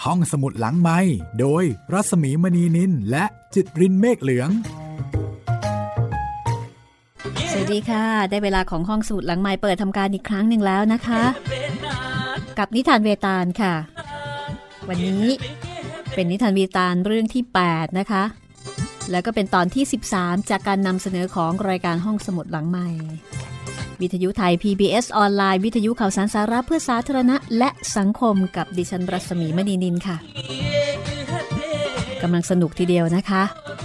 ห้องสมุดหลังไมค์โดยรัศมีมณีนินและจิตรินเมฆเหลืองสวัสดีค่ะได้เวลาของห้องสมุดหลังไมค์เปิดทำการอีกครั้งหนึ่งแล้วนะคะกับนิทานเวตาลค่ะวันนี้เป็นนิทานเวตาลเรื่องที่8นะคะแล้วก็เป็นตอนที่13จากการนำเสนอของรายการห้องสมุดหลังไมค์วิทยุไทย PBS ออนไลน์วิทยุข่าวสารสาระเพื่อสาธารณะและสังคมกับดิฉันรัศมีมณีนินค่ะกำลังสนุกทีเดียวนะคะ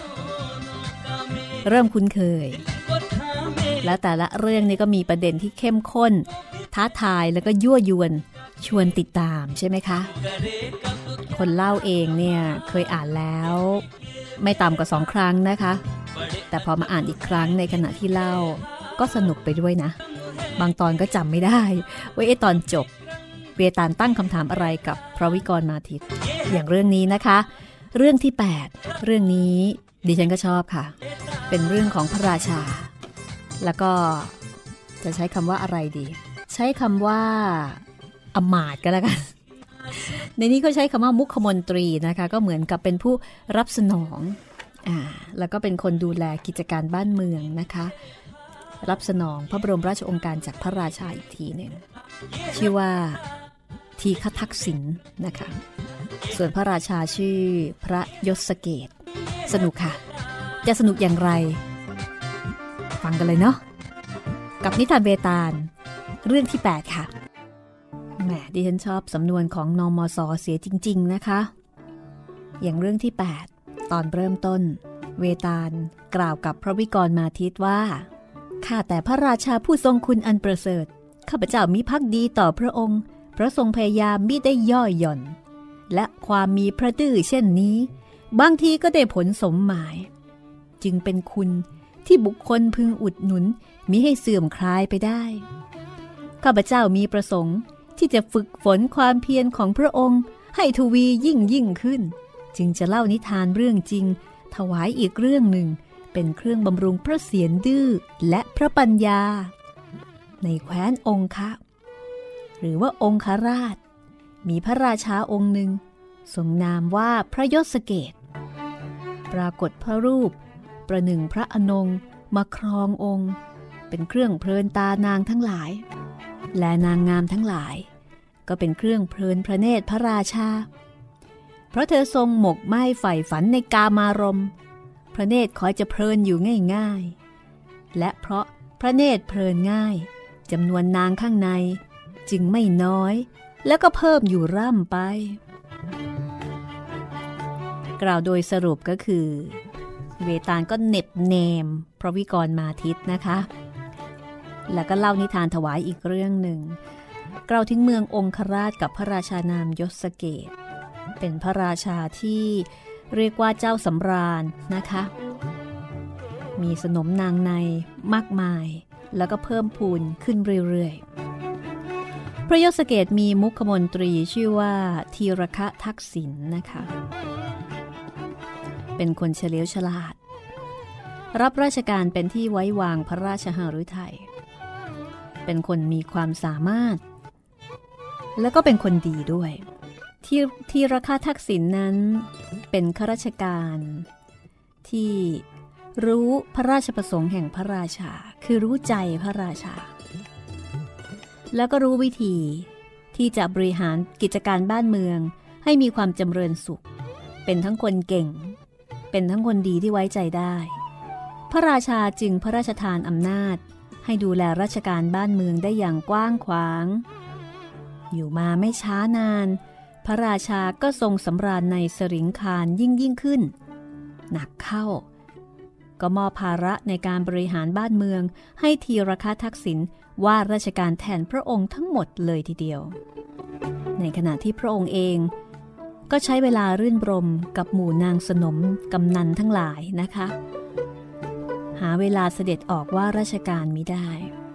เริ่มคุ้นเคยและแต่ละเรื่องนี้ก็มีประเด็นที่เข้มข้นท้าทายแล้วก็ยั่วยวนชวนติดตามใช่ไหมคะคนเล่าเองเนี่ยเคยอ่านแล้วไม่ต่ำกว่า2ครั้งนะคะแต่พอมาอ่านอีกครั้งในขณะที่เล่าก็สนุกไปด้วยนะบางตอนก็จำไม่ได้ว่าตอนจบเวตาลตั้งคำถามอะไรกับพระวิกรมาทิตย์อย่างเรื่องนี้นะคะเรื่องที่8เรื่องนี้ดิฉันก็ชอบค่ะเป็นเรื่องของพระราชาแล้วก็จะใช้คำว่าอะไรดีใช้คำว่าอมาตย์ก็แล้วกันในนี้ก็ใช้คำว่ามุขมนตรีนะคะก็เหมือนกับเป็นผู้รับสนองแล้วก็เป็นคนดูแลกิจการบ้านเมืองนะคะรับสนองพระบรมราชโองการจากพระราชาอีกทีหนึ่งชื่อว่าทีฆทักษิณนะคะส่วนพระราชาชื่อพระยศเกตสนุกค่ะจะสนุกอย่างไรฟังกันเลยเนาะกับนิทานเวตาลเรื่องที่8ค่ะแหมดิฉันชอบสำนวนของนมส.เสียจริงๆนะคะอย่างเรื่องที่8ตอนเริ่มต้นเวตาลกล่าวกับพระวิกรมาทิตย์ว่าข้าแต่พระราชาผู้ทรงคุณอันประเสริฐข้าพเจ้ามิภักดีต่อพระองค์เพราะทรงพยายามมิได้ย่อหย่อนและความมีพระดื้อเช่นนี้บางทีก็ได้ผลสมหมายจึงเป็นคุณที่บุคคลพึงอุดหนุนมิให้เสื่อมคลายไปได้ข้าพเจ้ามีประสงค์ที่จะฝึกฝนความเพียรของพระองค์ให้ทวียิ่งขึ้นจึงจะเล่านิทานเรื่องจริงถวายอีกเรื่องหนึ่งเป็นเครื่องบำรุงพระเศียรดื้อและพระปัญญาในแคว้นองคะหรือว่าองคราชมีพระราชาองค์หนึ่งทรงนามว่าพระยศเกตปรากฏพระรูปประหนึ่งพระอนงมาครององค์เป็นเครื่องเพลินตานางทั้งหลายและนางงามทั้งหลายก็เป็นเครื่องเพลินพระเนตรพระราชาเพราะเธอทรงหมกไหม้ใฝ่ฝันในกามารมณ์พระเนตรคอยจะเพลินอยู่ง่ายๆและเพราะพระเนตรเพลินง่ายจำนวนนางข้างในจึงไม่น้อยแล้วก็เพิ่มอยู่ร่ำไปกล่าวโดยสรุปก็คือเวตาลก็เหน็บแนมพระวิกรมาทิตย์นะคะแล้วก็เล่านิทานถวายอีกเรื่องหนึ่งกล่าวถึงเมืององคราชกับพระราชานามยศเกตเป็นพระราชาที่เรียกว่าเจ้าสำราญนะคะมีสนมนางในมากมายแล้วก็เพิ่มพูนขึ้นเรื่อยๆพระยศเกตมีมุขมนตรีชื่อว่าทีรคะทักษิณนะคะเป็นคนเฉลียวฉลาดรับราชการเป็นที่ไว้วางพระราชหฤทัยเป็นคนมีความสามารถแล้วก็เป็นคนดีด้วยทีรคะทักษิณนั้นเป็นข้าราชการที่รู้พระราชประสงค์แห่งพระราชาคือรู้ใจพระราชาแล้วก็รู้วิธีที่จะบริหารกิจการบ้านเมืองให้มีความจำเริญสุขเป็นทั้งคนเก่งเป็นทั้งคนดีที่ไว้ใจได้พระราชาจึงพระราชทานอำนาจให้ดูแลราชการบ้านเมืองได้อย่างกว้างขวางอยู่มาไม่ช้านานพระราชาก็ทรงสำราญในสริงคารยิ่งขึ้นหนักเข้าก็มอบภาระในการบริหารบ้านเมืองให้ทีรคะทักษิณว่าราชการแทนพระองค์ทั้งหมดเลยทีเดียวในขณะที่พระองค์เองก็ใช้เวลารื่นรมกับหมู่นางสนมกำนันทั้งหลายนะคะหาเวลาเสด็จออกว่าราชการมิได้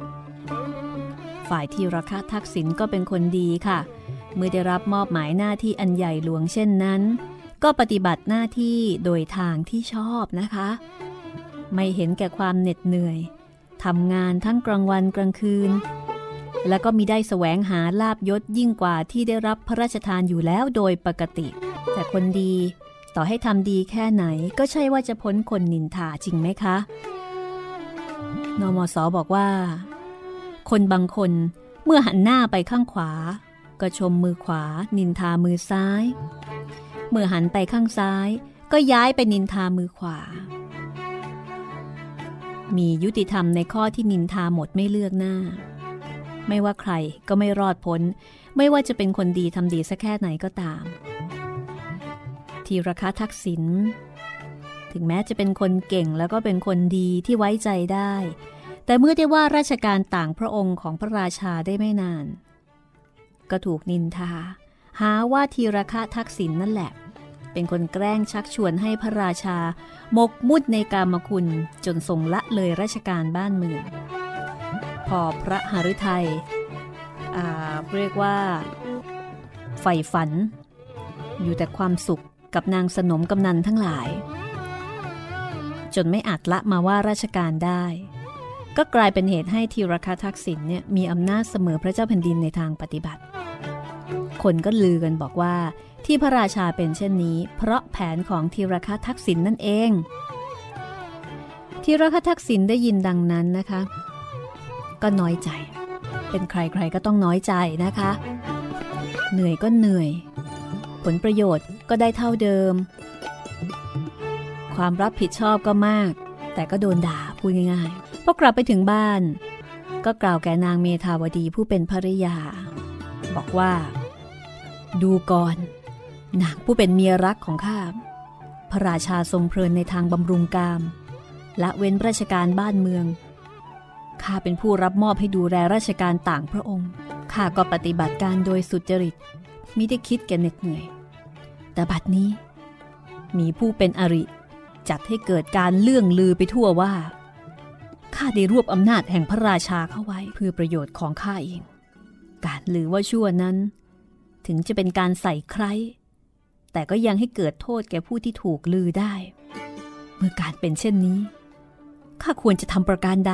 ฝ่ายทีรคะทักษิณก็เป็นคนดีค่ะเมื่อได้รับมอบหมายหน้าที่อันใหญ่หลวงเช่นนั้นก็ปฏิบัติหน้าที่โดยทางที่ชอบนะคะไม่เห็นแก่ความเหน็ดเหนื่อยทำงานทั้งกลางวันกลางคืนและก็มิได้แสวงหาลาภยศยิ่งกว่าที่ได้รับพระราชทานอยู่แล้วโดยปกติแต่คนดีต่อให้ทำดีแค่ไหนก็ใช่ว่าจะพ้นคนนินทาจริงไหมคะนมส.บอกว่าคนบางคนเมื่อหันหน้าไปข้างขวาก็ชมมือขวานินทามือซ้ายเมื่อหันไปข้างซ้ายก็ย้ายไปนินทามือขวามียุติธรรมในข้อที่นินทาหมดไม่เลือกหน้าไม่ว่าใครก็ไม่รอดพ้นไม่ว่าจะเป็นคนดีทำดีสักแค่ไหนก็ตามธีรคทักษิณถึงแม้จะเป็นคนเก่งแล้วก็เป็นคนดีที่ไว้ใจได้แต่เมื่อได้ว่าราชการต่างพระองค์ของพระราชาได้ไม่นานก็ถูกนินทาหาว่าธีรคทักษิณนั่นแหละเป็นคนแกล้งชักชวนให้พระราชาหมกมุ่นในกามคุณจนทรงละเลยราชการบ้านเมืองพอพระหฤทัยเรียกว่าใฝ่ฝันอยู่แต่ความสุขกับนางสนมกำนันทั้งหลายจนไม่อาจละมาว่าราชการได้ก็กลายเป็นเหตุให้ธีรคทักษิณเนี่ยมีอำนาจเสมอพระเจ้าแผ่นดินในทางปฏิบัติคนก็ลือกันบอกว่าที่พระราชาเป็นเช่นนี้เพราะแผนของธีรคทักษิณนั่นเองธีรคทักษิณได้ยินดังนั้นนะคะก็น้อยใจเป็นใครๆก็ต้องน้อยใจนะคะเหนื่อยก็เหนื่อยผลประโยชน์ก็ได้เท่าเดิมความรับผิดชอบก็มากแต่ก็โดนด่าพูดง่ายๆพอกลับไปถึงบ้านก็กล่าวแก่นางเมธาวดีผู้เป็นภริยาบอกว่าดูก่อนนางผู้เป็นเมียรักของข้าพระราชาทรงเพลินในทางบำรุงกามละเว้นราชการบ้านเมืองข้าเป็นผู้รับมอบให้ดูแลราชการต่างพระองค์ข้าก็ปฏิบัติการโดยสุจริตมิได้คิดแก่เหน็ดเหนื่อยแต่บัดนี้มีผู้เป็นอริจัดให้เกิดการเลื่องลือไปทั่วว่าข้าได้รวบอำนาจแห่งพระราชาเข้าไว้เพื่อประโยชน์ของข้าเองการลือว่าชั่วนั้นถึงจะเป็นการใส่ใครแต่ก็ยังให้เกิดโทษแก่ผู้ที่ถูกลือได้เมื่อการเป็นเช่นนี้ข้าควรจะทำประการใด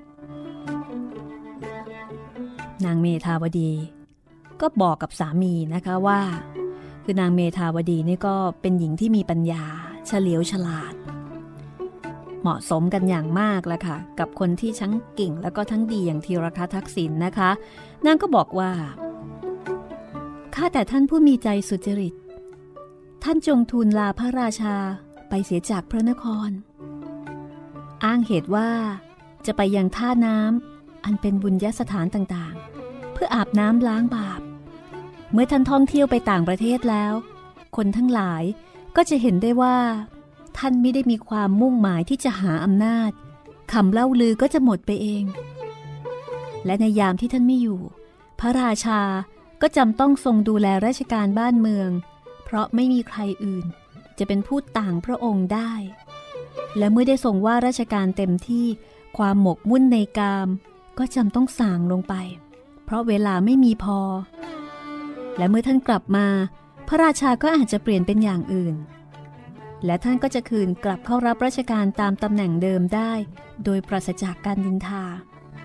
นางเมธาวดีก็บอกกับสามีนะคะว่าคือนางเมธาวดีนี่ก็เป็นหญิงที่มีปัญญาเฉลียวฉลาดเหมาะสมกันอย่างมากแล้วค่ะกับคนที่ทั้งเก่งแล้วก็ทั้งดีอย่างธีรคทักษิณนะคะนางก็บอกว่าข้าแต่ท่านผู้มีใจสุจริตท่านจงทูลลาพระราชาไปเสียจากพระนครอ้างเหตุว่าจะไปยังท่าน้ำอันเป็นบุญญสถานต่างๆเพื่ออาบน้ำล้างบาปเมื่อท่านท่องเที่ยวไปต่างประเทศแล้วคนทั้งหลายก็จะเห็นได้ว่าท่านไม่ได้มีความมุ่งหมายที่จะหาอำนาจคำเล่าลือก็จะหมดไปเองและในยามที่ท่านไม่อยู่พระราชาก็จำต้องทรงดูแลราชการบ้านเมืองเพราะไม่มีใครอื่นจะเป็นผู้ต่างพระองค์ได้และเมื่อได้ทรงว่าราชการเต็มที่ความหมกมุ่นในกามก็จำต้องส่างลงไปเพราะเวลาไม่มีพอและเมื่อท่านกลับมาพระราชาก็อาจจะเปลี่ยนเป็นอย่างอื่นและท่านก็จะคืนกลับเข้ารับราชการตามตำแหน่งเดิมได้โดยปราศจากการนินทา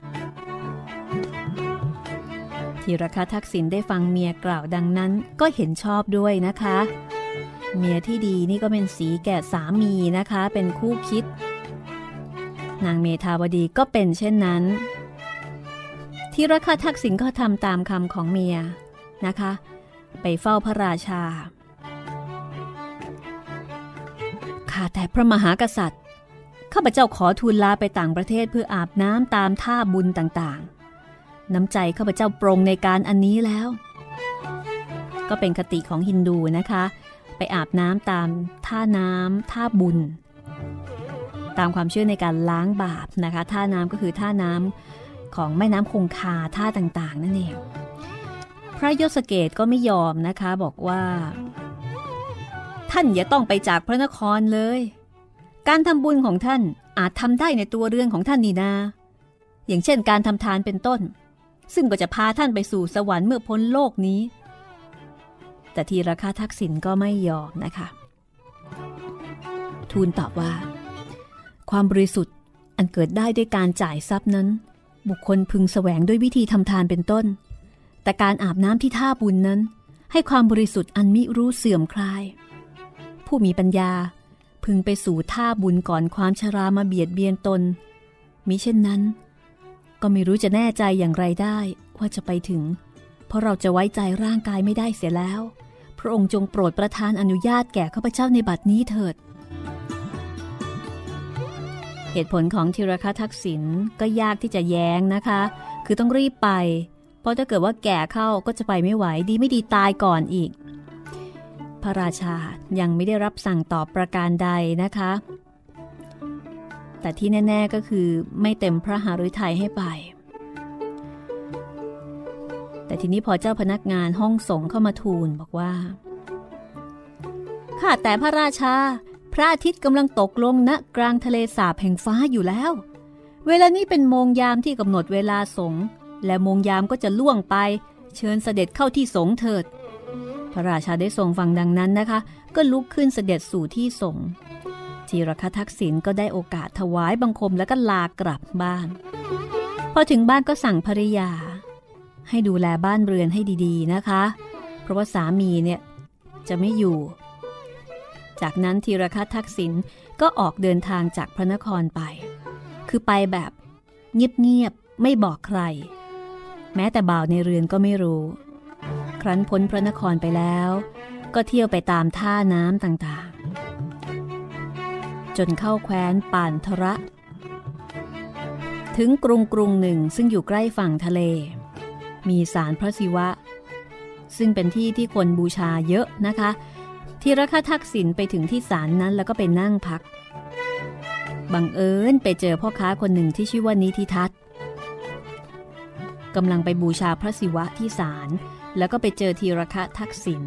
ธีรคทักษิณได้ฟังเมียกล่าวดังนั้นก็เห็นชอบด้วยนะคะเมียที่ดีนี่ก็เป็นสีแก่สามีนะคะเป็นคู่คิดนางเมธาวดีก็เป็นเช่นนั้นธีรคทักษิณก็ทำตามคำของเมียนะคะไปเฝ้าพระราชาข้าแต่พระมหากษัตริย์ข้าพเจ้าขอทูลลาไปต่างประเทศเพื่ออาบน้ำตามท่าบุญต่างๆน้ำใจข้าพเจ้าปรงในการอันนี้แล้วก็เป็นคติของฮินดูนะคะไปอาบน้ำตามท่าน้ำท่าบุญตามความเชื่อในการล้างบาปนะคะท่าน้ำก็คือท่าน้ำของแม่น้ำคงคาท่าต่างๆนั่นเองพระยศเกตก็ไม่ยอมนะคะบอกว่าท่านอย่าต้องไปจากพระนครเลยการทำบุญของท่านอาจทำได้ในตัวเรือนของท่านนี่นาอย่างเช่นการทำทานเป็นต้นซึ่งก็จะพาท่านไปสู่สวรรค์เมื่อพ้นโลกนี้แต่ธีรคทักษิณก็ไม่ยอมนะคะทูลตอบว่าความบริสุทธิ์อันเกิดได้ด้วยการจ่ายทรัพย์นั้นบุคคลพึงแสวงด้วยวิธีทำทานเป็นต้นแต่การอาบน้ำที่ท่าบุญนั้นให้ความบริสุทธิ์อันมิรู้เสื่อมคลายผู้มีปัญญาพึงไปสู่ท่าบุญก่อนความชรามาเบียดเบียนตนมิเช่นนั้นก็ไม่รู้จะแน่ใจอย่างไรได้ว่าจะไปถึงเพราะเราจะไว้ใจร่างกายไม่ได้เสียแล้วพระองค์จงโปรดประทานอนุญาตแก่ข้าพเจ้าในบัดนี้เถิดเหตุผลของธีรคทักษิณก็ยากที่จะแย้งนะคะคือต้องรีบไปเพราะถ้าเกิดว่าแก่เข้าก็จะไปไม่ไหวดีไม่ดีตายก่อนอีกพระราชายังไม่ได้รับสั่งตอบประการใดนะคะแต่ที่แน่ๆก็คือไม่เต็มพระหฤทัยให้ไปแต่ทีนี้พอเจ้าพนักงานห้องสงฆ์เข้ามาทูลบอกว่าข้าแต่พระราชาพระอาทิตย์กำลังตกลงณกลางทะเลสาบแห่งฟ้าอยู่แล้วเวลานี้เป็นโมงยามที่กำหนดเวลาสงฆ์และโมงยามก็จะล่วงไปเชิญเสด็จเข้าที่สงฆ์เถิดพระราชาได้ทรงฟังดังนั้นนะคะก็ลุกขึ้นเสด็จสู่ที่สงฆ์ธีรคทักษิณก็ได้โอกาสถวายบังคมแล้วก็ลากลับบ้านพอถึงบ้านก็สั่งภริยาให้ดูแลบ้านเรือนให้ดีๆนะคะเพราะว่าสามีเนี่ยจะไม่อยู่จากนั้นธีรคทักษิณก็ออกเดินทางจากพระนครไปคือไปแบบเงียบๆไม่บอกใครแม้แต่บ่าวในเรือนก็ไม่รู้ครั้นพ้นพระนครไปแล้วก็เที่ยวไปตามท่าน้ำต่างๆจนเข้าแคว้นป่านทระถึงกรุงหนึ่งซึ่งอยู่ใกล้ฝั่งทะเลมีศาลพระศิวะซึ่งเป็นที่ที่คนบูชาเยอะนะคะธีรคทักษิณไปถึงที่ศาลนั้นแล้วก็ไปนั่งพักบังเอิญไปเจอพ่อค้าคนหนึ่งที่ชื่อว่านิธิทัศน์กำลังไปบูชาพระศิวะที่ศาลแล้วก็ไปเจอธีรคทักษิณ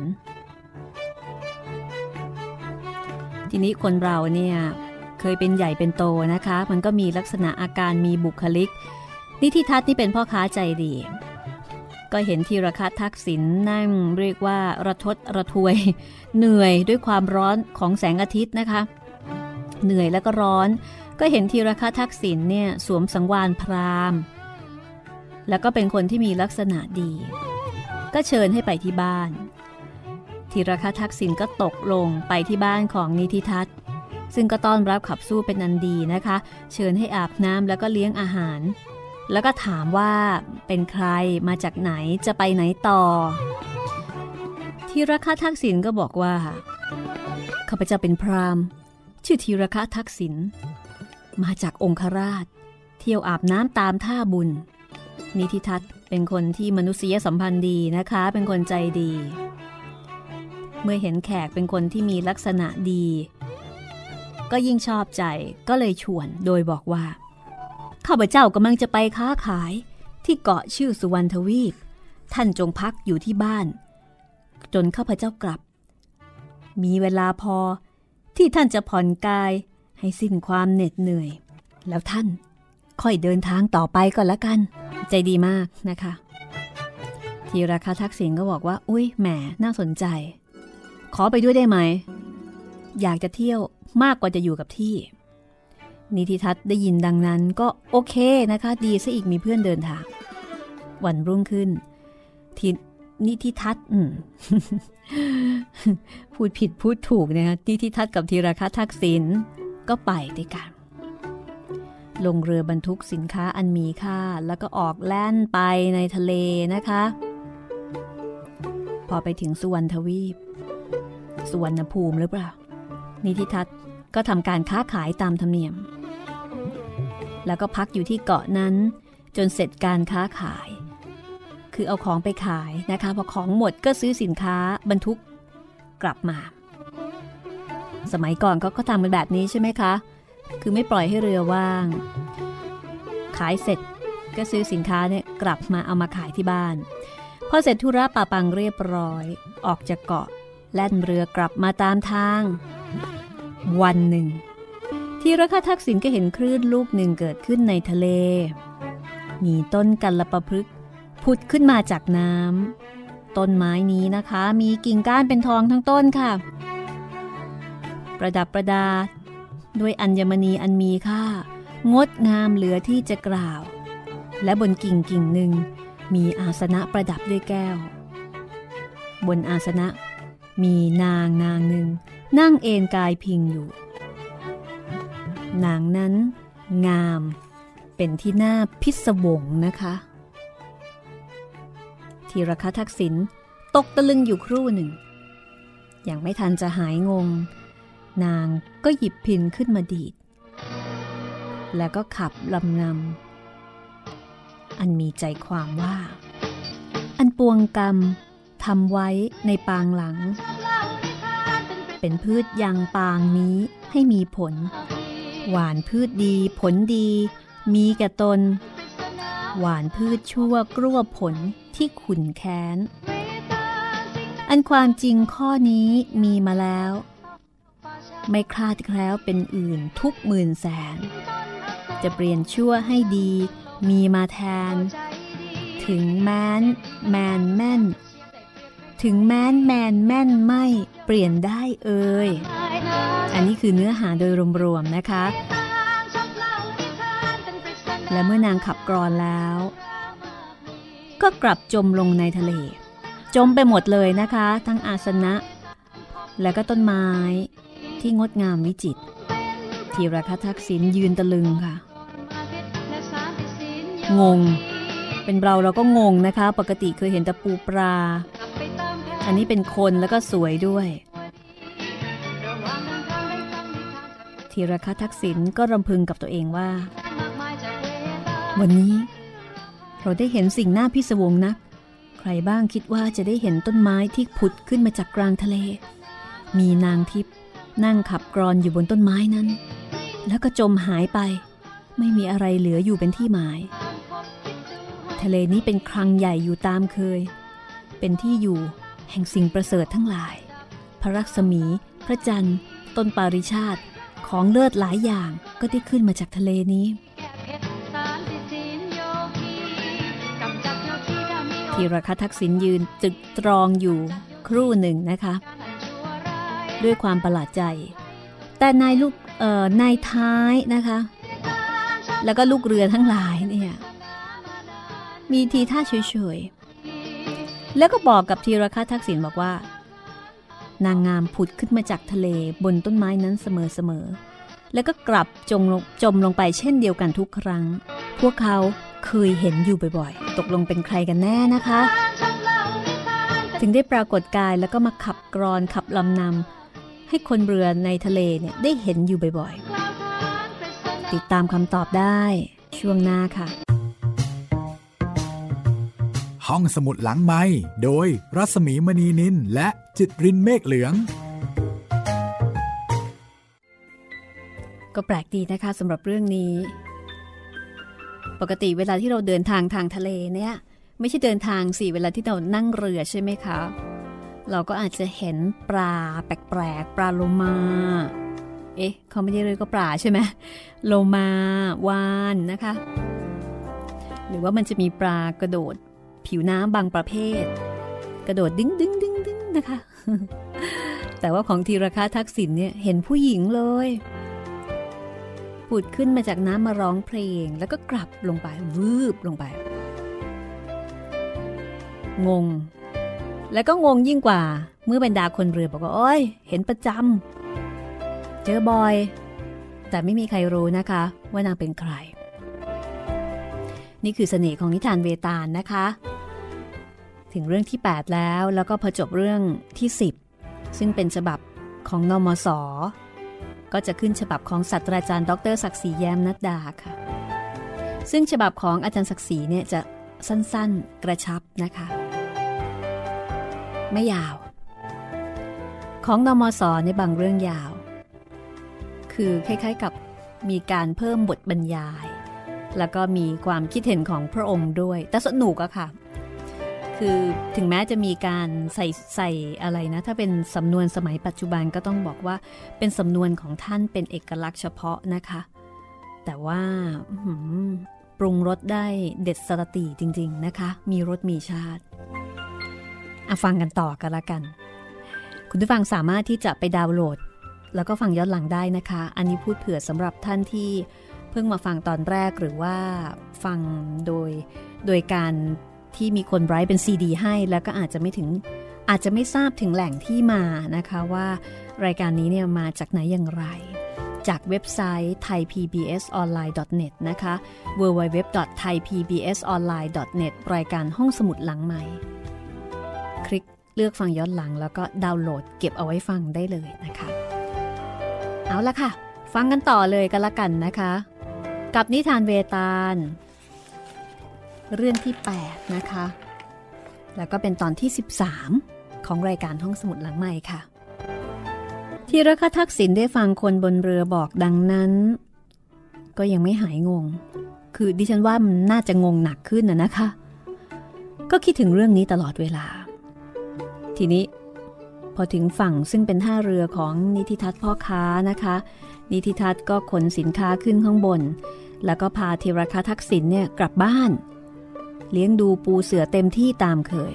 ทีนี้คนเราเนี่ยเคยเป็นใหญ่เป็นโตนะคะมันก็มีลักษณะอาการมีบุคลิกนิธิทัศน์นี่เป็นพ่อค้าใจดีก็เห็นธีรคทักษิณนั่งเรียกว่าระทดระทวยเหนื่อยด้วยความร้อนของแสงอาทิตย์นะคะเหนื่อยแล้วก็ร้อนก็เห็นธีรคทักษิณเนี่ยสวมสังวาลพราหมณ์แล้วก็เป็นคนที่มีลักษณะดีก็เชิญให้ไปที่บ้านธีรคทักษิณก็ตกลงไปที่บ้านของนิธิทัศน์ซึ่งก็ต้อนรับขับสู้เป็นอันดีนะคะเชิญให้อาบน้ำแล้วก็เลี้ยงอาหารแล้วก็ถามว่าเป็นใครมาจากไหนจะไปไหนต่อธีรคทักษิณก็บอกว่าข้าพเจ้าเป็นพราหมณ์ชื่อธีรคทักษิณมาจากองคราชเที่ยวอาบน้ำตามท่าบุญนิธิทัศน์เป็นคนที่มนุษยสัมพันธ์ดีนะคะเป็นคนใจดีเมื่อเห็นแขกเป็นคนที่มีลักษณะดีก็ยิ่งชอบใจก็เลยชวนโดยบอกว่าข้าพเจ้ากำลังจะไปค้าขายที่เกาะชื่อสุวรรณทวีปท่านจงพักอยู่ที่บ้านจนข้าพเจ้ากลับมีเวลาพอที่ท่านจะผ่อนกายให้สิ้นความเหน็ดเหนื่อยแล้วท่านค่อยเดินทางต่อไปก็แล้วกันใจดีมากนะคะธีรคทักษิณก็บอกว่าอุ๊ยแหมน่าสนใจขอไปด้วยได้ไหมอยากจะเที่ยวมากกว่าจะอยู่กับที่นิธิทัศน์ได้ยินดังนั้นก็โอเคนะคะดีซะอีกมีเพื่อนเดินทางวันรุ่งขึ้นนิธิทัศน์พูดผิดพูดถูกนะคะนิธิทัศน์กับธีรคทักษิณก็ไปด้วยกันลงเรือบรรทุกสินค้าอันมีค่าแล้วก็ออกแล่นไปในทะเลนะคะพอไปถึงสุวรรณทวีปสุวรรณภูมิหรือเปล่านิธิทัศน์ก็ทำการค้าขายตามธรรมเนียมแล้วก็พักอยู่ที่เกาะนั้นจนเสร็จการค้าขายคือเอาของไปขายนะคะพอของหมดก็ซื้อสินค้าบรรทุกกลับมาสมัยก่อนก็ทำกันแบบนี้ใช่ไหมคะคือไม่ปล่อยให้เรือว่างขายเสร็จก็ซื้อสินค้าเนี่ยกลับมาเอามาขายที่บ้านพอเสร็จธุระปะปังเรียบร้อยออกจากเกาะแล่นเรือกลับมาตามทางวันหนึ่งธีรคทักษิณก็เห็นคลื่นลูกหนึ่งเกิดขึ้นในทะเลมีต้นกัลปพฤกษ์ผุดขึ้นมาจากน้ำต้นไม้นี้นะคะมีกิ่งก้านเป็นทองทั้งต้นค่ะประดับประดาด้วยอัญมณีอันมีค่างดงามเหลือที่จะกล่าวและบนกิ่งหนึ่งมีอาสนะประดับด้วยแก้วบนอาสนะมีนางหนึ่งนั่งเอนกายพิงอยู่นางนั้นงามเป็นที่น่าพิศวงนะคะธีรคทักษิณตกตะลึงอยู่ครู่หนึ่งยังไม่ทันจะหายงงนางก็หยิบพิณขึ้นมาดีดแล้วก็ขับลำนำอันมีใจความว่าอันปวงกรรมทำไว้ในปางหลังเป็นพืชยังปางนี้ให้มีผลหวานพืชดีผลดีมีแก่ตนหวานพืชชั่วกลัวผลที่ขุ่นแค้นอันความจริงข้อนี้มีมาแล้วไม่คลาดแคล้วเป็นอื่นทุกหมื่นแสนจะเปลี่ยนชั่วให้ดีมีมาแทนถึงแม้นแมนแม่นถึงแม้นแมนแม่นไม่เปลี่ยนได้เอ่ยอันนี้คือเนื้อหาโดยรวมๆนะคะและเมื่อนางขับกลอนแล้วก็กลับจมลงในทะเลจมไปหมดเลยนะคะทั้งอาสนะและก็ต้นไม้ที่งดงามวิจิตรธีรคทักษิณยืนตะลึงค่ะงงเป็นเราก็งงนะคะปกติเคยเห็นแต่ปูปลาอันนี้เป็นคนแล้วก็สวยด้วยธีรคทักษิณก็รำพึงกับตัวเองว่าวันนี้เราได้เห็นสิ่งน่าพิศวงนักใครบ้างคิดว่าจะได้เห็นต้นไม้ที่ผุดขึ้นมาจากกลางทะเลมีนางทิพย์นั่งขับกลอนอยู่บนต้นไม้นั้นแล้วก็จมหายไปไม่มีอะไรเหลืออยู่เป็นที่หมายทะเลนี้เป็นคลังใหญ่อยู่ตามเคยเป็นที่อยู่แห่งสิ่งประเสริฐทั้งหลายพระลักษมีพระจันทร์ต้นปาริชาติของเลิศหลายอย่างก็ได้ขึ้นมาจากทะเลนี้ธีรคทักษิณยืนตึกตรองอยู่ครู่หนึ่งนะคะด้วยความประหลาดใจแต่นายท้ายนะคะแล้วก็ลูกเรือทั้งหลายเนี่ยมีทีท่าเฉยๆแล้วก็บอกกับธีรคทักษิณบอกว่านางงามผุดขึ้นมาจากทะเลบนต้นไม้นั้นเสมอๆแล้วก็กลับจมลงไปเช่นเดียวกันทุกครั้งพวกเขาเคยเห็นอยู่บ่อยๆตกลงเป็นใครกันแน่นะคะถึงได้ปรากฏกายแล้วก็มาขับกลอนขับลำนำให้คนเรือในทะเลเนี่ยได้เห็นอยู่บ่อยๆติดตามคำตอบได้ช่วงหน้าค่ะห้องสมุดหลังไมค์โดยรัศมีมณีนินและจิตรินเมฆเหลืองก็แปลกดีนะคะสำหรับเรื่องนี้ปกติเวลาที่เราเดินทางทางทะเลเนี่ยไม่ใช่เดินทางสิเวลาที่เรานั่งเรือใช่ไหมคะเราก็อาจจะเห็นปลาแปลกๆปลาโลมาเขาไม่ได้เรียกก็ปลาใช่ไหมโลมาวานนะคะหรือว่ามันจะมีปลากระโดดผิวน้ำบางประเภทกระโดดดึงนะคะ แต่ว่าของธีรคทักษิณเนี่ยเห็นผู้หญิงเลยผุดขึ้นมาจากน้ำมาร้องเพลงแล้วก็กลับลงไปวืบลงไปงงแล้วก็งงยิ่งกว่าเมื่อบรรดาคนเรือบอกว่าโอ๊ยเห็นประจำเจอบ่อยแต่ไม่มีใครรู้นะคะว่านางเป็นใครนี่คือเสน่ห์ของนิทานเวตาลนะคะถึงเรื่องที่8แล้วก็พอจบเรื่องที่10ซึ่งเป็นฉบับของนมส.ก็จะขึ้นฉบับของศาสตราจารย์ดร.ศักดิ์ศรีแย้มนัดดาค่ะซึ่งฉบับของอาจารย์ศักดิ์ศรีเนี่ยจะสั้นๆกระชับนะคะไม่ยาวของนมส.ในบางเรื่องยาวคือคล้ายๆกับมีการเพิ่มบทบรรยายแล้วก็มีความคิดเห็นของพระองค์ด้วยแต่สนุกอะค่ะคือถึงแม้จะมีการใส่อะไรนะถ้าเป็นสำนวนสมัยปัจจุบันก็ต้องบอกว่าเป็นสำนวนของท่านเป็นเอกลักษณ์เฉพาะนะคะแต่ว่าปรุงรสได้เด็ดสะตีจริงๆนะคะมีรสมีชาติฟังกันต่อกันละกันคุณผู้ฟังสามารถที่จะไปดาวน์โหลดแล้วก็ฟังย้อนหลังได้นะคะอันนี้พูดเผื่อสำหรับท่านที่เพิ่งมาฟังตอนแรกหรือว่าฟังโดยการที่มีคนไลฟ์เป็นซีดีให้แล้วก็อาจจะไม่ทราบถึงแหล่งที่มานะคะว่ารายการนี้เนี่ยมาจากไหนอย่างไรจากเว็บไซต์ thaipbsonline.net นะคะ www.thaipbsonline.net รายการห้องสมุดหลังใหม่คลิกเลือกฟังย้อนหลังแล้วก็ดาวน์โหลดเก็บเอาไว้ฟังได้เลยนะคะเอาละค่ะฟังกันต่อเลยกันละกันนะคะกับนิทานเวตาลเรื่องที่8นะคะแล้วก็เป็นตอนที่13ของรายการห้องสมุดหลังใหม่ค่ะธีรคทักษิณได้ฟังคนบนเรือบอกดังนั้นก็ยังไม่หายงงคือดิฉันว่ามันน่าจะงงหนักขึ้นนะคะก็คิดถึงเรื่องนี้ตลอดเวลาทีนี้พอถึงฝั่งซึ่งเป็นท่าเรือของนิติทัศน์พ่อค้านะคะนิติทัศน์ก็ขนสินค้าขึ้นข้างบนแล้วก็พาธีรคทักษิณเนี่ยกลับบ้านเลี้ยงดูปูเสือเต็มที่ตามเคย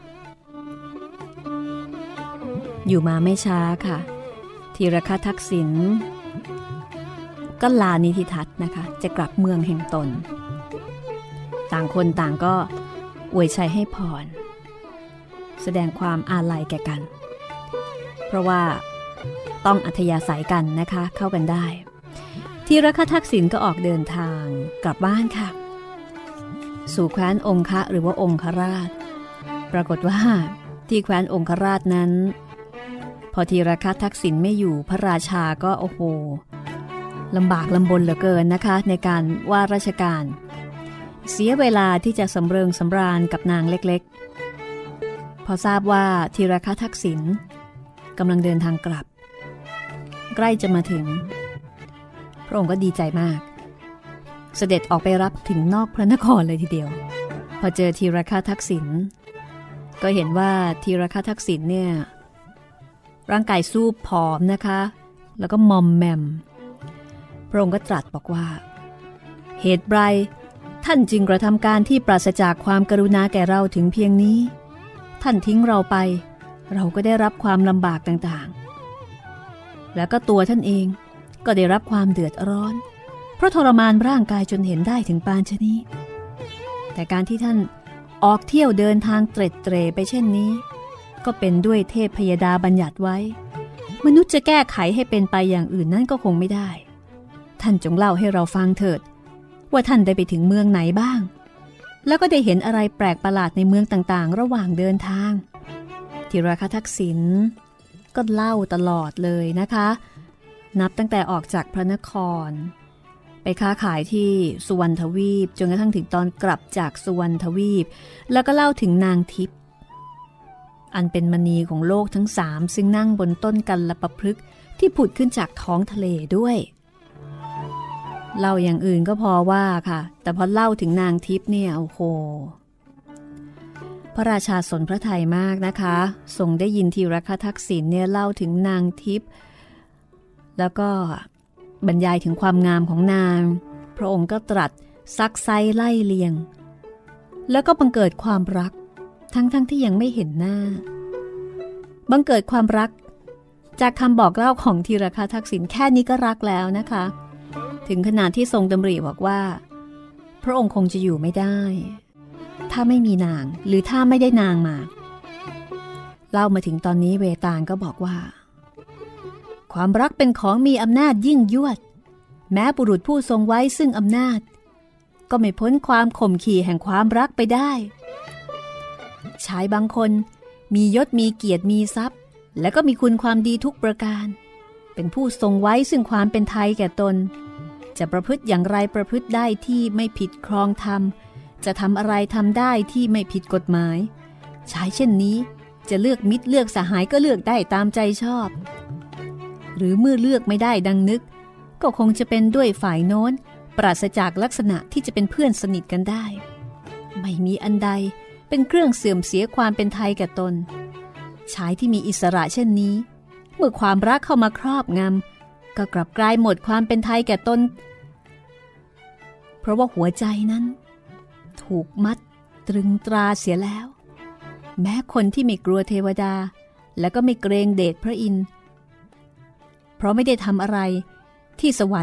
อยู่มาไม่ช้าค่ะธีรคทักษิณก็ลานิติทัศน์นะคะจะกลับเมืองแห่งตนต่างคนต่างก็อวยชัยให้พรแสดงความอาลัยแก่กันเพราะว่าต้องอัธยาศัยกันนะคะเข้ากันได้ธีรคทักษิณก็ออกเดินทางกลับบ้านค่ะสู่แคว้นองคะหรือว่าองคราชปรากฏว่าที่แคว้นองคราชนั้นพอธีรคทักษิณไม่อยู่พระราชาก็โอ้โหลำบากลำบนเหลือเกินนะคะในการว่าราชการเสียเวลาที่จะสำเริงสำราญกับนางเล็กๆพอทราบว่าธีรคทักษิณกำลังเดินทางกลับใกล้จะมาถึงพระองค์ก็ดีใจมากเสด็จออกไปรับถึงนอกพระนครเลยทีเดียวพอเจอธีรคทักษิณก็เห็นว่าธีรคทักษิณเนี่ยร่างกายสู้ผอมนะคะแล้วก็มอมแมมพระองค์ก็ตรัสบอกว่าเหตุไรท่านจึงกระทำการที่ปราศจากความกรุณาแก่เราถึงเพียงนี้ท่านทิ้งเราไปเราก็ได้รับความลำบากต่างๆแล้วก็ตัวท่านเองก็ได้รับความเดือดร้อนเพราะทรมานร่างกายจนเห็นได้ถึงปานชะนี้แต่การที่ท่านออกเที่ยวเดินทางเตร็ดเตร่ไปเช่นนี้ก็เป็นด้วยเทพพยดาบัญญัติไว้มนุษย์จะแก้ไขให้เป็นไปอย่างอื่นนั้นก็คงไม่ได้ท่านจงเล่าให้เราฟังเถิดว่าท่านได้ไปถึงเมืองไหนบ้างแล้วก็ได้เห็นอะไรแปลกประหลาดในเมืองต่างๆระหว่างเดินทางธีรคทักษิณก็เล่าตลอดเลยนะคะนับตั้งแต่ออกจากพระนครไปค้าขายที่สุวรรณทวีปจนกระทั่งถึงตอนกลับจากสุวรรณทวีปแล้วก็เล่าถึงนางทิพย์อันเป็นมณีของโลกทั้ง3ซึ่งนั่งบนต้นกัลปพฤกษ์ที่ผุดขึ้นจากท้องทะเลด้วยเล่าอย่างอื่นก็พอว่าค่ะแต่พอเล่าถึงนางทิพย์เนี่ยโอ้โหพระราชาสนพระทัยมากนะคะทรงได้ยินธีรคทักษิณเนี่ยเล่าถึงนางทิพย์แล้วก็บรรยายถึงความงามของนางพระองค์ก็ตรัสซักไซไล่เลียงแล้วก็บังเกิดความรักทั้งที่ยังไม่เห็นหน้าบังเกิดความรักจากคำบอกเล่าของธีรคทักษิณแค่นี้ก็รักแล้วนะคะถึงขนาดที่ทรงดำริบอกว่าพระองค์คงจะอยู่ไม่ได้ถ้าไม่มีนางหรือถ้าไม่ได้นางมาเล่ามาถึงตอนนี้เวตาลก็บอกว่าความรักเป็นของมีอำนาจยิ่งยวดแม้บุรุษผู้ทรงไว้ซึ่งอำนาจก็ไม่พ้นความข่มขี่แห่งความรักไปได้ชายบางคนมียศมีเกียรติมีทรัพย์และก็มีคุณความดีทุกประการเป็นผู้ทรงไว้ซึ่งความเป็นไทยแก่ตนจะประพฤติอย่างไรประพฤติได้ที่ไม่ผิดครองธรรมจะทำอะไรทำได้ที่ไม่ผิดกฎหมายชายเช่นนี้จะเลือกมิตรเลือกสหายก็เลือกได้ตามใจชอบหรือเมื่อเลือกไม่ได้ดังนึกก็คงจะเป็นด้วยฝ่ายโน้นปราศจากลักษณะที่จะเป็นเพื่อนสนิทกันได้ไม่มีอันใดเป็นเครื่องเสื่อมเสียความเป็นไทยแก่ตนชายที่มีอิสระเช่นนี้เมื่อความรักเข้ามาครอบงำก็กลับกลายหมดความเป็นไทยแก่ตนเพราะว่าหัวใจนั้นถูกมัดตรึงตราเสียแล้วแม้คนที่ไม่กลัวเทวดาและก็ไม่เกรงเดชพระอินทร์เพราะไม่ได้ทำอะไรที่สวรรค์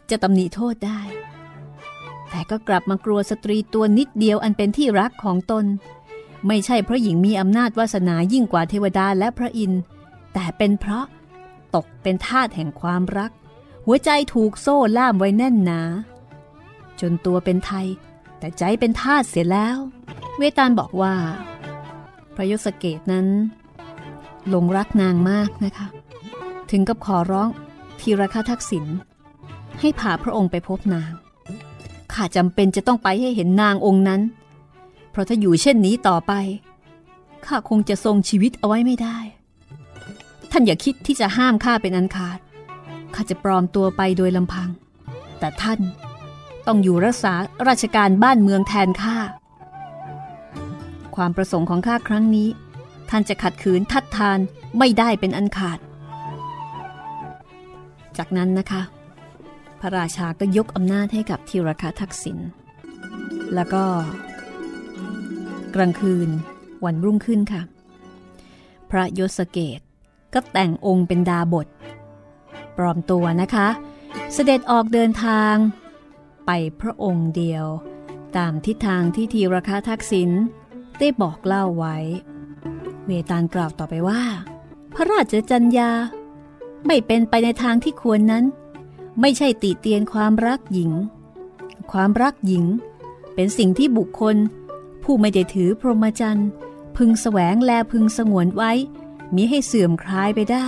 จะตำหนิโทษได้แต่ก็กลับมากลัวสตรีตัวนิดเดียวอันเป็นที่รักของตนไม่ใช่เพราะหญิงมีอำนาจวาสนายิ่งกว่าเทวดาและพระอินทร์แต่เป็นเพราะตกเป็นทาสแห่งความรักหัวใจถูกโซ่ล่ามไว้แน่นหนาจนตัวเป็นไทยแต่ใจเป็นทาสเสียแล้วเวตาลบอกว่าพระยศเกตนั้นหลงรักนางมากนะคะถึงกับขอร้องธีรคทักษิณให้พาพระองค์ไปพบนางข้าจำเป็นจะต้องไปให้เห็นนางองค์นั้นเพราะถ้าอยู่เช่นนี้ต่อไปข้าคงจะทรงชีวิตเอาไว้ไม่ได้ท่านอย่าคิดที่จะห้ามข้าเป็นอันขาดข้าจะปลอมตัวไปโดยลำพังแต่ท่านต้องอยู่รักษาราชการบ้านเมืองแทนข้าความประสงค์ของข้าครั้งนี้ท่านจะขัดขืนทัดทานไม่ได้เป็นอันขาดจากนั้นนะคะพระราชาก็ยกอำนาจให้กับธีรคทักษิณแล้วก็กลางคืนวันรุ่งขึ้นค่ะพระยศเกตก็แต่งองค์เป็นดาบทปลอมตัวนะคะเสด็จออกเดินทางไปพระองค์เดียวตามทิศทางที่ธีรคทักษิณได้บอกเล่าไว้เวตาลกล่าวต่อไปว่าพระราชจรรยาไม่เป็นไปในทางที่ควรนั้นไม่ใช่ติเตียนความรักหญิงความรักหญิงเป็นสิ่งที่บุคคลผู้ไม่ได้ถือพรหมจรรย์พึงแสวงและพึงสงวนไว้มิให้เสื่อมคลายไปได้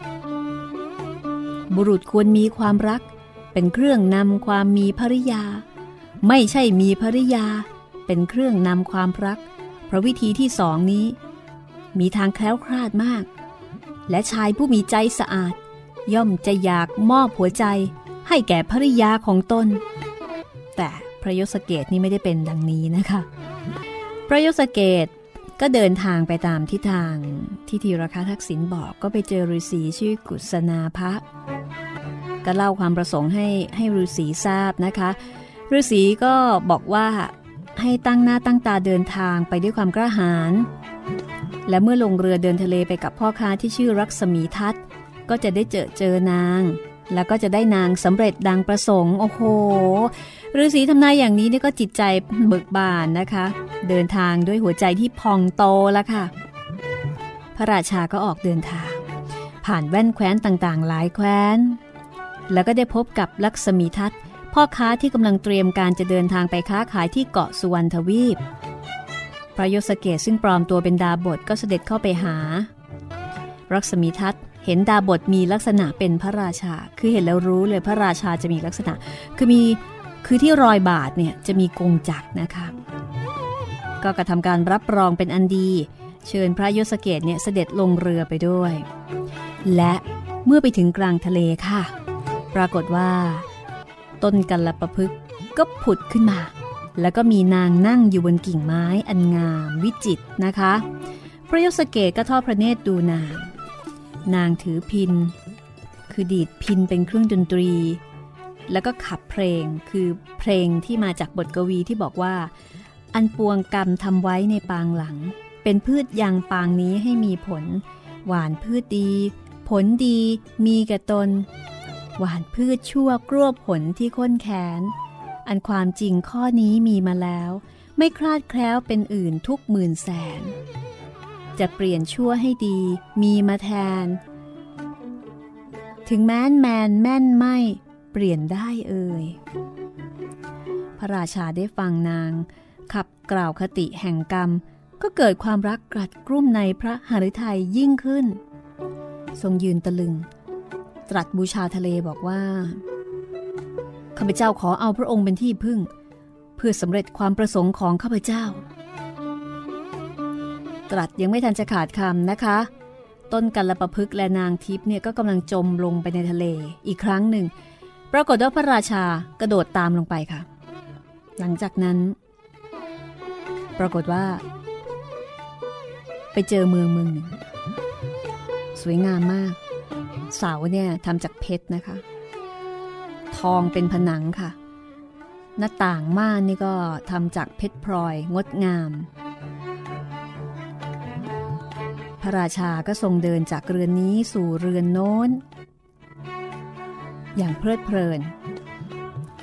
บุรุษควรมีความรักเป็นเครื่องนำความมีภริยาไม่ใช่มีภริยาเป็นเครื่องนำความรักเพราะวิธีที่สองนี้มีทางแคล้วคลาดมากและชายผู้มีใจสะอาดย่อมจะอยากมอบหัวใจให้แก่ภริยาของตนแต่พระยศเกตนี่ไม่ได้เป็นดังนี้นะคะพระยศเกตก็เดินทางไปตามทิศทางที่ธีรคทักษิณบอกก็ไปเจอฤาษีชื่อกุศนาภะก็เล่าความประสงค์ให้ฤาษีทราบนะคะฤาษีก็บอกว่าให้ตั้งหน้าตั้งตาเดินทางไปด้วยความกล้าหาญและเมื่อลงเรือเดินทะเลไปกับพ่อค้าที่ชื่อรักษมีทัตก็จะได้เจอนางแล้วก็จะได้นางสำเร็จดังประสงค์โอ้โหฤาษีทำนายอย่างนี้นี่ก็จิตใจเบิกบานนะคะเดินทางด้วยหัวใจที่พองโตแล้วค่ะพระราชาก็ออกเดินทางผ่านแว่นแคว้นต่างๆหลายแคว้นแล้วก็ได้พบกับลักษมีทัตพ่อค้าที่กำลังเตรียมการจะเดินทางไปค้าขายที่เกาะสุวรรณทวีปพระยศเกตซึ่งปลอมตัวเป็นดาบทก็เสด็จเข้าไปหาลักษมีทัตเห็นดาบทมีลักษณะเป็นพระราชาคือเห็นแล้วรู้เลยพระราชาจะมีลักษณะคือที่รอยบาทเนี่ยจะมีกงจักรนะคะก็กระทำการรับรองเป็นอันดีเชิญพระยศเกตเนี่ยเสด็จลงเรือไปด้วยและเมื่อไปถึงกลางทะเลค่ะปรากฏว่าต้นกัลปพฤกษ์ก็ผุดขึ้นมาแล้วก็มีนางนั่งอยู่บนกิ่งไม้อันงามวิจิตรนะคะพระยศเกตก็ทอดพระเนตรดูนางถือพิณคือดีดพิณเป็นเครื่องดนตรีแล้วก็ขับเพลงคือเพลงที่มาจากบทกวีที่บอกว่าอันปวงกรรมทำไว้ในปางหลังเป็นพืชยังปางนี้ให้มีผลหวานพืชดีผลดีมีแก่ตนหวานพืชชั่วกลัวผลที่ข้นแค้นอันความจริงข้อนี้มีมาแล้วไม่คลาดแคล้วเป็นอื่นทุกหมื่นแสนจะเปลี่ยนชั่วให้ดีมีมาแทนถึงแม้นแมนแม่นไม่เปลี่ยนได้เอ่ยพระราชาได้ฟังนางขับกล่าวคติแห่งกรรมก็เกิดความรักกรัดกรุ่มในพระหฤทัยยิ่งขึ้นทรงยืนตะลึงตรัสบูชาทะเลบอกว่าข้าพเจ้าขอเอาพระองค์เป็นที่พึ่งเพื่อสำเร็จความประสงค์ของข้าพเจ้าตรัสยังไม่ทันจะขาดคำนะคะต้นกัลปพฤกษ์และนางทิพย์เนี่ยก็กำลังจมลงไปในทะเลอีกครั้งหนึ่งปรากฏว่าพระราชากระโดดตามลงไปค่ะหลังจากนั้นปรากฏว่าไปเจอเมืองหนึ่งสวยงามมากเสาเนี่ยทำจากเพชรนะคะทองเป็นผนังค่ะหน้าต่างม่านนี่ก็ทำจากเพชรพลอยงดงามพระราชาก็ทรงเดินจากเรือนนี้สู่เรือนโน้นอย่างเพลิดเพลิน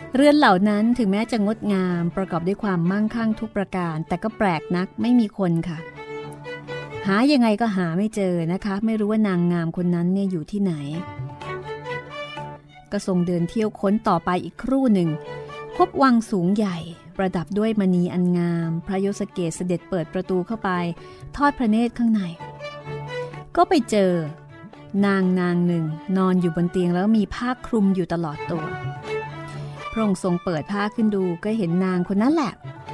เรือนเหล่านั้นถึงแม้จะงดงามประกอบด้วยความมั่งคั่งทุกประการแต่ก็แปลกนักไม่มีคนค่ะหายังไงก็หาไม่เจอนะคะไม่รู้ว่านางงามคนนั้นเนี่ยอยู่ที่ไหนก็ทรงเดินเที่ยวค้นต่อไปอีกครู่หนึ่งพบวังสูงใหญ่ประดับด้วยมณีอันงามพระยศเกศเสด็จเปิดประตูเข้าไปทอดพระเนตรข้างในก็ไปเจอนางหนึ่งนอนอยู่บนเตียงแล้วมีผ้าคลุมอยู่ตลอดตัวพระองค์ทรงเปิดผ้าขึ้นดูก็เห็นนางคนนั้นแหละ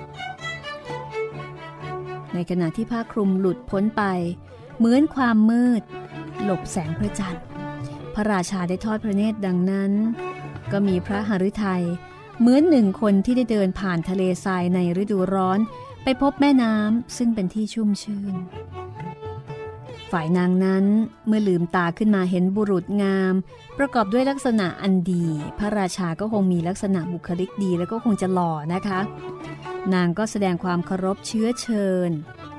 ในขณะที่ผ้าคลุมหลุดพ้นไปเหมือนความมืดหลบแสงพระจันทร์พระราชาได้ทอดพระเนตรดังนั้นก็มีพระหฤทัยเหมือนหนึ่งคนที่ได้เดินผ่านทะเลทรายในฤดูร้อนไปพบแม่น้ำซึ่งเป็นที่ชุ่มชื่นฝ่ายนางนั้นเมื่อลืมตาขึ้นมาเห็นบุรุษงามประกอบด้วยลักษณะอันดีพระราชาก็คงมีลักษณะบุคลิกดีแล้วก็คงจะหล่อนะคะนางก็แสดงความเคารพเชื้อเชิญ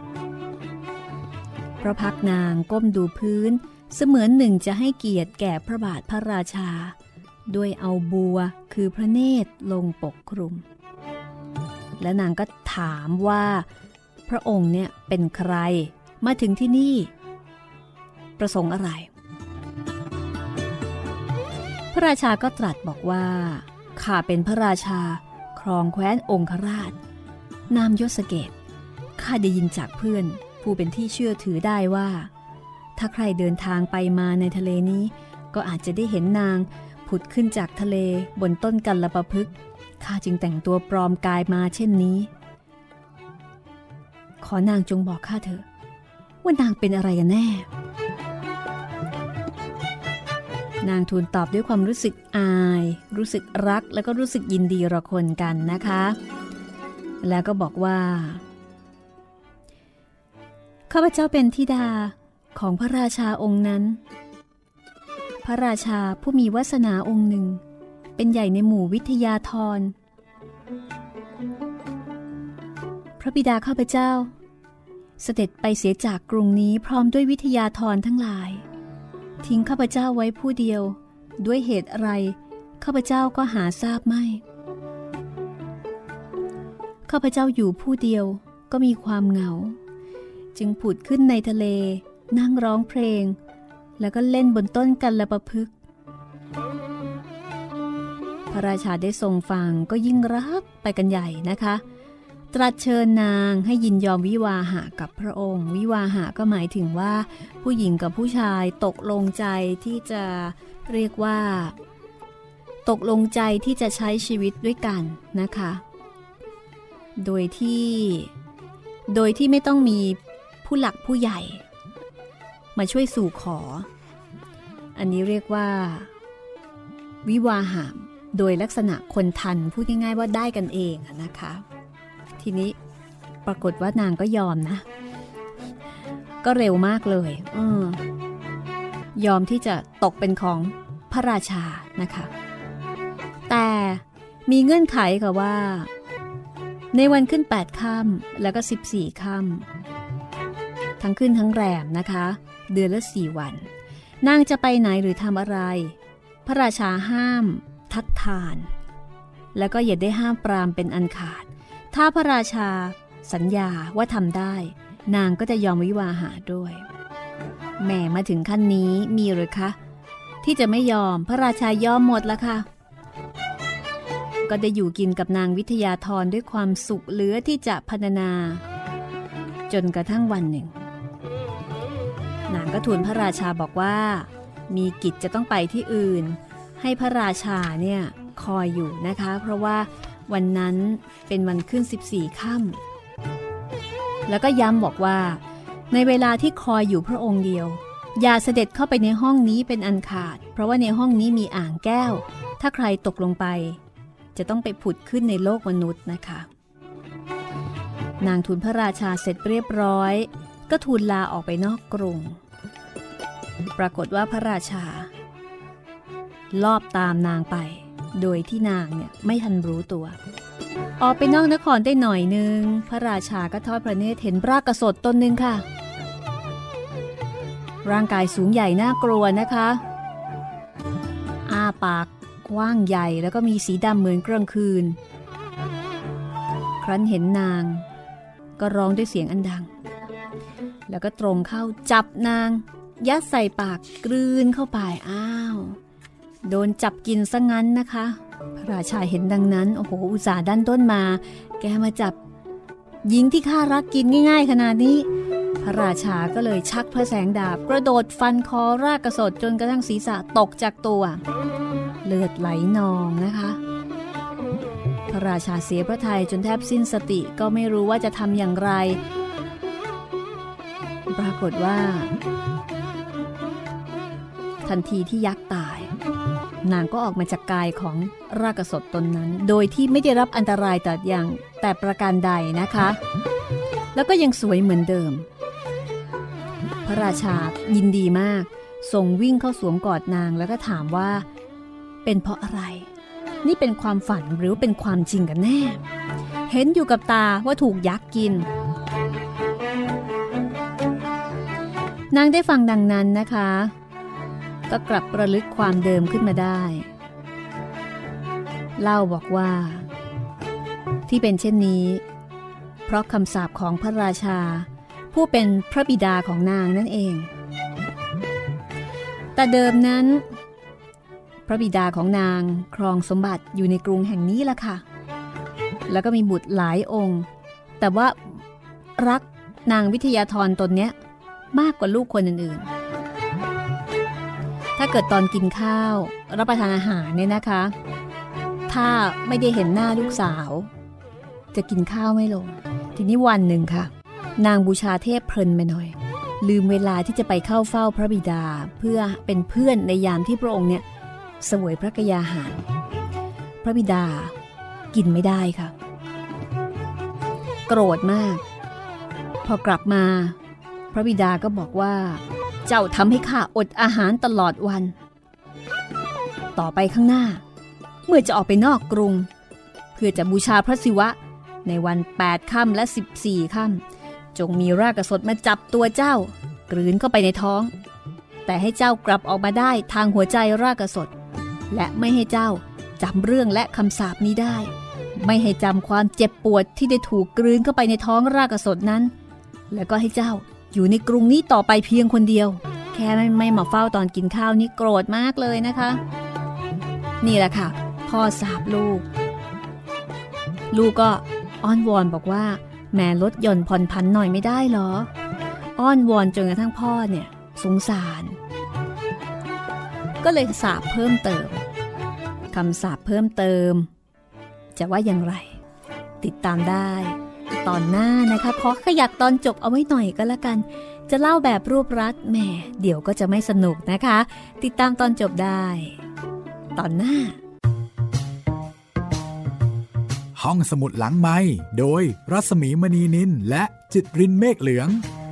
พระพักนางก้มดูพื้นเสมือนหนึ่งจะให้เกียรติแก่พระบาทพระราชาด้วยเอาบัวคือพระเนตรลงปกคลุมและนางก็ถามว่าพระองค์เนี่ยเป็นใครมาถึงที่นี่ประสงค์อะไรพระราชาก็ตรัสบอกว่าข้าเป็นพระราชาครองแคว้นองคราชนามยศเกศข้าได้ยินจากเพื่อนผู้เป็นที่เชื่อถือได้ว่าถ้าใครเดินทางไปมาในทะเลนี้ก็อาจจะได้เห็นนางผุดขึ้นจากทะเลบนต้นกัลปพฤกษ์ข้าจึงแต่งตัวปลอมกายมาเช่นนี้ขอนางจงบอกข้าเถอะว่านางเป็นอะไรกันแน่นางทูลตอบด้วยความรู้สึกอายรู้สึกรักแล้วก็รู้สึกยินดีระคนกันนะคะแล้วก็บอกว่าข้าพเจ้าเป็นธิดาของพระราชาองค์นั้นพระราชาผู้มีวาสนาองค์หนึ่งเป็นใหญ่ในหมู่วิทยาธรพระบิดาข้าพเจ้าเสด็จไปเสียจากกรุงนี้พร้อมด้วยวิทยาธรทั้งหลายทิ้งข้าพเจ้าไว้ผู้เดียวด้วยเหตุอะไรข้าพเจ้าก็หาทราบไม่ข้าพเจ้าอยู่ผู้เดียวก็มีความเหงาจึงผุดขึ้นในทะเลนั่งร้องเพลงแล้วก็เล่นบนต้นกัลปพฤกษ์พระราชาได้ทรงฟังก็ยิ่งรักไปกันใหญ่นะคะตรัสเชิญนางให้ยินยอมวิวาหะกับพระองค์วิวาหะก็หมายถึงว่าผู้หญิงกับผู้ชายตกลงใจที่จะเรียกว่าตกลงใจที่จะใช้ชีวิตด้วยกันนะคะโดยที่ไม่ต้องมีผู้หลักผู้ใหญ่มาช่วยสู่ขออันนี้เรียกว่าวิวาหะโดยลักษณะคนทันพูดง่ายๆว่าได้กันเองนะคะทีนี้ปรากฏว่านางก็ยอมนะก็เร็วมากเลยยอมที่จะตกเป็นของพระราชานะคะแต่มีเงื่อนไขค่ะว่าในวันขึ้น8ค่ำแล้วก็14ค่ำทั้งขึ้นทั้งแรมนะคะเดือนละ4วันนางจะไปไหนหรือทำอะไรพระราชาห้ามทัดทานแล้วก็อย่าได้ห้ามปรามเป็นอันขาดถ้าพระราชาสัญญาว่าทำได้นางก็จะยอมวิวาหะด้วยแหมมาถึงขั้นนี้มีหรือคะที่จะไม่ยอมพระราชายอมหมดแล้วค่ะก็ได้อยู่กินกับนางวิทยาธรด้วยความสุขเหลือที่จะพรรณนาจนกระทั่งวันหนึ่งนางก็ทูลพระราชาบอกว่ามีกิจจะต้องไปที่อื่นให้พระราชาเนี่ยคอยอยู่นะคะเพราะว่าวันนั้นเป็นวันขึ้น14ค่ำแล้วก็ย้ำบอกว่าในเวลาที่คอยอยู่พระองค์เดียวอย่าเสด็จเข้าไปในห้องนี้เป็นอันขาดเพราะว่าในห้องนี้มีอ่างแก้วถ้าใครตกลงไปจะต้องไปผุดขึ้นในโลกมนุษย์นะคะนางทูลพระราชาเสร็จเรียบร้อยก็ทูลลาออกไปนอกกรุงปรากฏว่าพระราชาลอบตามนางไปโดยที่นางเนี่ยไม่ทันรู้ตัวออกไปนอกนครได้หน่อยนึงพระราชาก็ทอดพระเนตรเห็นรากกสดต้นนึงค่ะร่างกายสูงใหญ่น่ากลัวนะคะอ้าปากกว้างใหญ่แล้วก็มีสีดำเหมือนกลางคืนครั้นเห็นนางก็ร้องด้วยเสียงอันดังแล้วก็ตรงเข้าจับนางยัดใส่ปากกลืนเข้าไปอ้าวโดนจับกินซะงั้นนะคะพระราชาเห็นดังนั้นโอ้โหอุตส่าห์ดันต้นมาแกมาจับหญิงที่ข้ารักกินง่ายๆขนาดนี้พระราชาก็เลยชักพระแสงดาบกระโดดฟันคอรากสดจนกระทั่งศีรษะตกจากตัวเลือดไหลนองนะคะพระราชาเสียพระทัยจนแทบสิ้นสติก็ไม่รู้ว่าจะทำอย่างไรปรากฏว่าทันทีที่ยักษ์ตายนางก็ออกมาจากกายของรากสดตนนั้นโดยที่ไม่ได้รับอันตรายแต่ประการใดนะคะแล้วก็ยังสวยเหมือนเดิมพระราชายินดีมากส่งวิ่งเข้าสวมกอดนางแล้วก็ถามว่าเป็นเพราะอะไรนี่เป็นความฝันหรือเป็นความจริงกันแน่เห็นอยู่กับตาว่าถูกยักษ์กินนางได้ฟังดังนั้นนะคะก็กลับระลึกความเดิมขึ้นมาได้เล่าบอกว่าที่เป็นเช่นนี้เพราะคำสาปของพระราชาผู้เป็นพระบิดาของนางนั่นเองแต่เดิมนั้นพระบิดาของนางครองสมบัติอยู่ในกรุงแห่งนี้ล่ะค่ะแล้วก็มีบุตรหลายองค์แต่ว่ารักนางวิทยาธรตนเนี้ยมากกว่าลูกคนอื่นๆถ้าเกิดตอนกินข้าวรับประทานอาหารเนี่ยนะคะถ้าไม่ได้เห็นหน้าลูกสาวจะกินข้าวไม่ลงทีนี้วันหนึ่งค่ะนางบูชาเทพเพลินไปหน่อยลืมเวลาที่จะไปเข้าเฝ้าพระบิดาเพื่อเป็นเพื่อนในยามที่พระองค์เนี่ยเสวยพระกยาหารพระบิดากินไม่ได้ค่ะโกรธมากพอกลับมาพระบิดาก็บอกว่าเจ้าทำให้ข้าอดอาหารตลอดวันต่อไปข้างหน้าเมื่อจะออกไปนอกกรุงเพื่อจะบูชาพระศิวะในวัน8ค่ำและ14ค่ำจงมีรากสดมาจับตัวเจ้ากลืนเข้าไปในท้องแต่ให้เจ้ากลับออกมาได้ทางหัวใจรากสดและไม่ให้เจ้าจำเรื่องและคำสาปนี้ได้ไม่ให้จำความเจ็บปวดที่ได้ถูกกลืนเข้าไปในท้องรากสดนั้นแล้วก็ให้เจ้าอยู่ในกรุงนี้ต่อไปเพียงคนเดียวแค่ไม่มาเฝ้าตอนกินข้าวนี่โกรธมากเลยนะคะนี่แหละค่ะพ่อสาปลูกก็อ้อนวอนบอกว่าแม่ลดหย่อนผ่อนผันหน่อยไม่ได้หรออ้อนวอนจนกระทั่งพ่อเนี่ยสงสารก็เลยสาปเพิ่มเติมคำสาปเพิ่มเติมจะว่าอย่างไรติดตามได้ตอนหน้านะคะขอขยักตอนจบเอาไว้หน่อยก็แล้วกันจะเล่าแบบรวบรัดแหมเดี๋ยวก็จะไม่สนุกนะคะติดตามตอนจบได้ตอนหน้าห้องสมุดหลังไมค์โดยรัศมีมณีนินและจิตรินเมฆเหลือง